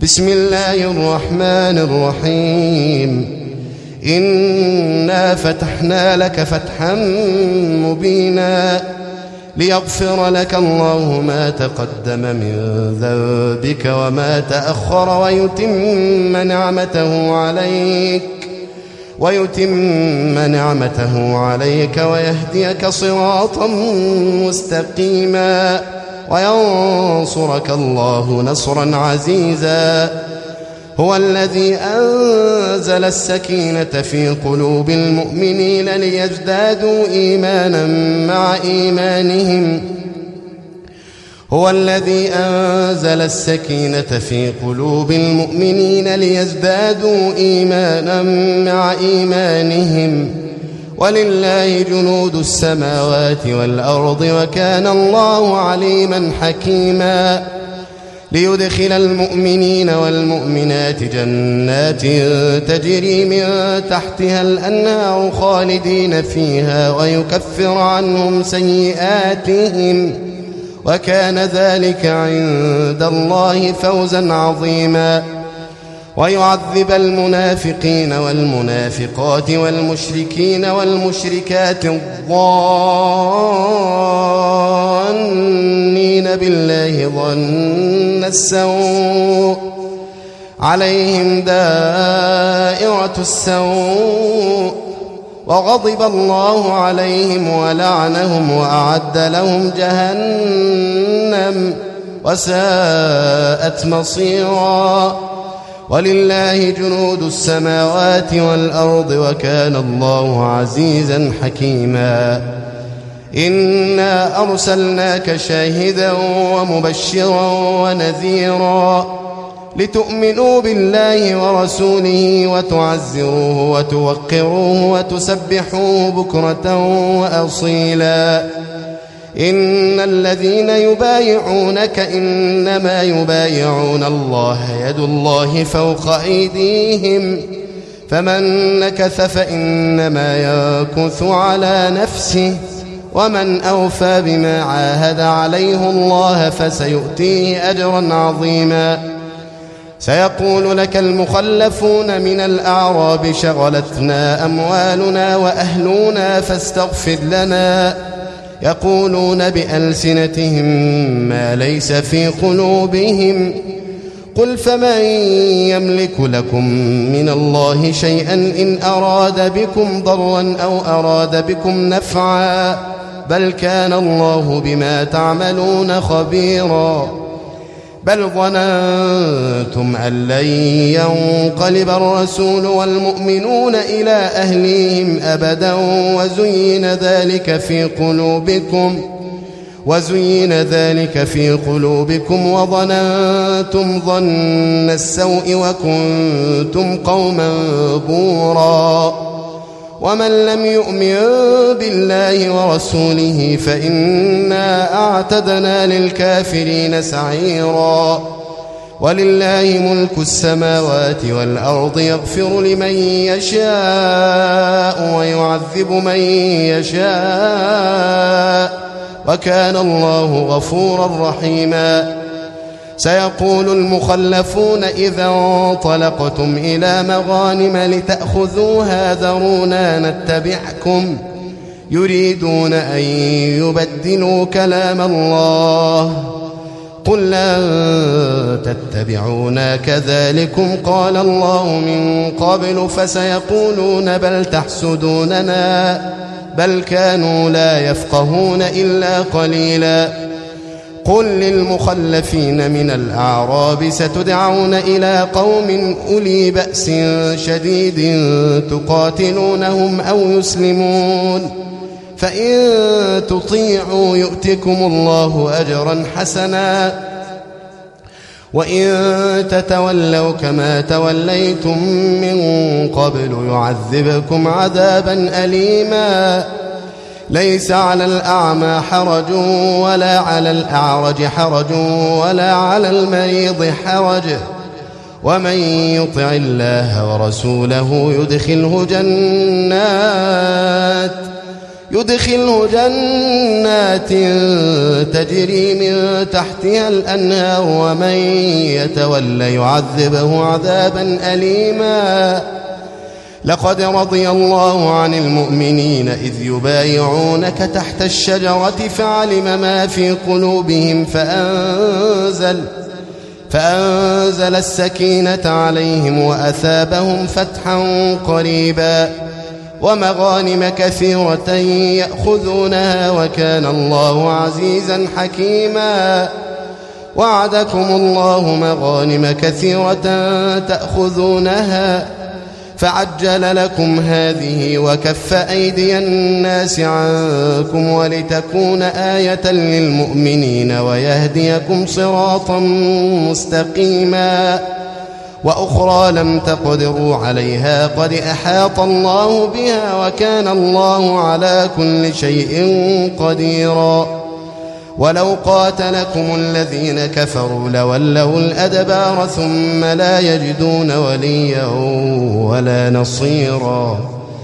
بسم الله الرحمن الرحيم. إنا فتحنا لك فتحا مبينا ليغفر لك الله ما تقدم من ذنبك وما تأخر ويتم نعمته عليك ويهديك صراطا مستقيما وينصرك الله نصرا عزيزا. هو الذي أنزل السكينة في قلوب المؤمنين ليزدادوا إيمانا مع إيمانهم. هو الذي أنزل السكينة في قلوب المؤمنين ليزدادوا إيمانا مع إيمانهم ولله جنود السماوات والأرض وكان الله عليما حكيما. ليدخل المؤمنين والمؤمنات جنات تجري من تحتها الأنهار خالدين فيها ويكفر عنهم سيئاتهم وكان ذلك عند الله فوزا عظيما. ويعذب المنافقين والمنافقات والمشركين والمشركات الظانين بالله ظن السوء عليهم دائرة السوء وغضب الله عليهم ولعنهم وأعد لهم جهنم وساءت مصيرا. ولله جنود السماوات والأرض وكان الله عزيزا حكيما. إنا أرسلناك شاهدا ومبشرا ونذيرا لتؤمنوا بالله ورسوله وتعزروه وتوقروه وتسبحوه بكرة وأصيلا. إن الذين يبايعونك إنما يبايعون الله يد الله فوق أيديهم فمن نكث فإنما ينكث على نفسه ومن أوفى بما عاهد عليه الله فسيؤتيه أجرا عظيما. سيقول لك المخلفون من الأعراب شغلتنا أموالنا وأهلنا فاستغفر لنا يقولون بألسنتهم ما ليس في قلوبهم قل فمن يملك لكم من الله شيئا إن أراد بكم ضرا أو أراد بكم نفعا بل كان الله بما تعملون خبيرا. بل ظننتم أن لن ينقلب الرسول والمؤمنون إلى أهليهم أبدا وزين ذلك في قلوبكم وظننتم ظن السوء وكنتم قوما بورا. ومن لم يؤمن بالله ورسوله فإنا أعتدنا للكافرين سعيرا. ولله ملك السماوات والأرض يغفر لمن يشاء ويعذب من يشاء وكان الله غفورا رحيما. سيقول المخلفون إذا انطلقتم إلى مغانم لتأخذوها ذرونا نتبعكم يريدون أن يبدلوا كلام الله قل لن تتبعونا كذلكم قال الله من قبل فسيقولون بل تحسدوننا بل كانوا لا يفقهون إلا قليلا. قل للمخلفين من الأعراب ستدعون إلى قوم أولي بأس شديد تقاتلونهم أو يسلمون فإن تطيعوا يؤتكم الله أجرا حسنا وإن تتولوا كما توليتم من قبل يعذبكم عذابا أليما. ليس على الأعمى حرج ولا على الأعرج حرج ولا على المريض حرج ومن يطع الله ورسوله يدخله جنات تجري من تحتها الأنهار ومن يتولى يعذبه عذابا أليما. لقد رضي الله عن المؤمنين إذ يبايعونك تحت الشجرة فعلم ما في قلوبهم فأنزل السكينة عليهم وأثابهم فتحا قريبا ومغانم كثيرة يأخذونها وكان الله عزيزا حكيما. وعدكم الله مغانم كثيرة تأخذونها فعجل لكم هذه وكف أيدي الناس عنكم ولتكون آية للمؤمنين ويهديكم صراطا مستقيما. وأخرى لم تقدروا عليها قد أحاط الله بها وكان الله على كل شيء قديرا. ولو قاتلكم الذين كفروا لولوا الأدبار ثم لا يجدون وليا ولا نصيرا.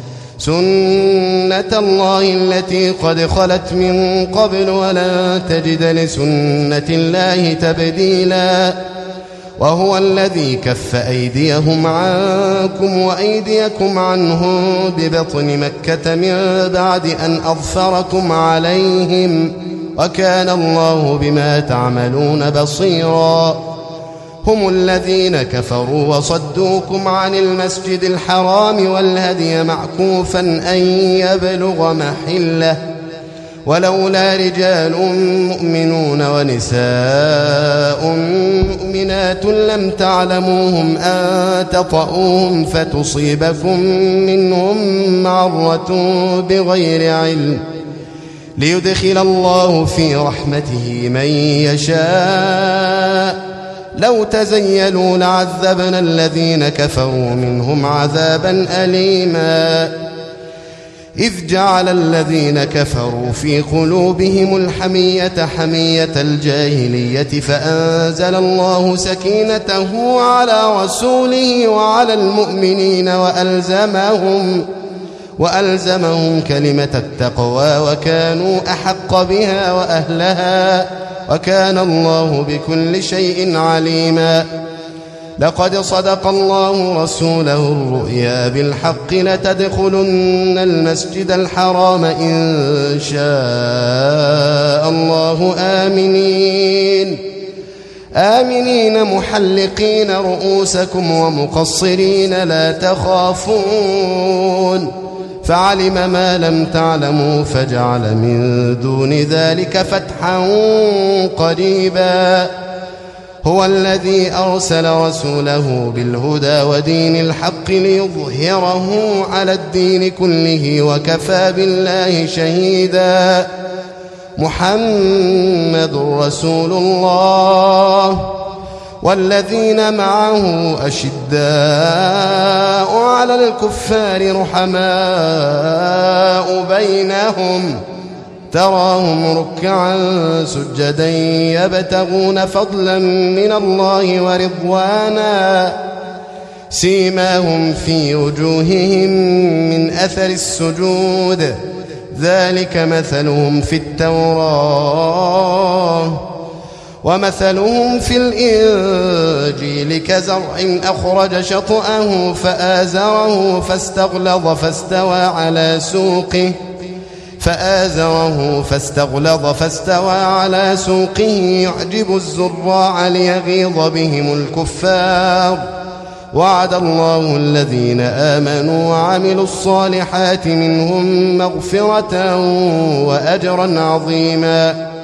سنة الله التي قد خلت من قبل ولن تجد لسنة الله تبديلا. وهو الذي كف أيديهم عنكم وأيديكم عنهم ببطن مكة من بعد أن أظفركم عليهم وكان الله بما تعملون بصيرا. هم الذين كفروا وصدوكم عن المسجد الحرام والهدي معكوفا أن يبلغ محله ولولا رجال مؤمنون ونساء مؤمنات لم تعلموهم أن تطؤوهم فتصيبكم منهم معرة بغير علم ليدخل الله في رحمته من يشاء. لو تزيلوا لعذبنا الذين كفروا منهم عذابا أليما. إذ جعل الذين كفروا في قلوبهم الحمية حمية الجاهلية فأنزل الله سكينته على رسوله وعلى المؤمنين وألزمهم كلمة التقوى وكانوا أحق بها وأهلها وكان الله بكل شيء عليما. لقد صدق الله رسوله الرؤيا بالحق لتدخلن المسجد الحرام إن شاء الله آمنين محلقين رؤوسكم ومقصرين لا تخافون فعلم ما لم تعلموا فجعل من دون ذلك فتحا قريبا. هو الذي أرسل رسوله بالهدى ودين الحق ليظهره على الدين كله وكفى بالله شهيدا. محمد رسول الله والذين معه أشداء على الكفار رحماء بينهم تراهم ركعا سجدا يبتغون فضلا من الله ورضوانا سيماهم في وجوههم من أثر السجود ذلك مثلهم في التوراة ومثلهم في الإنجيل كزرع أخرج شطأه فآزره فاستغلظ فاستوى على سوقه يعجب الزراع ليغيظ بهم الكفار. وعد الله الذين آمنوا وعملوا الصالحات منهم مغفرة وأجرا عظيما.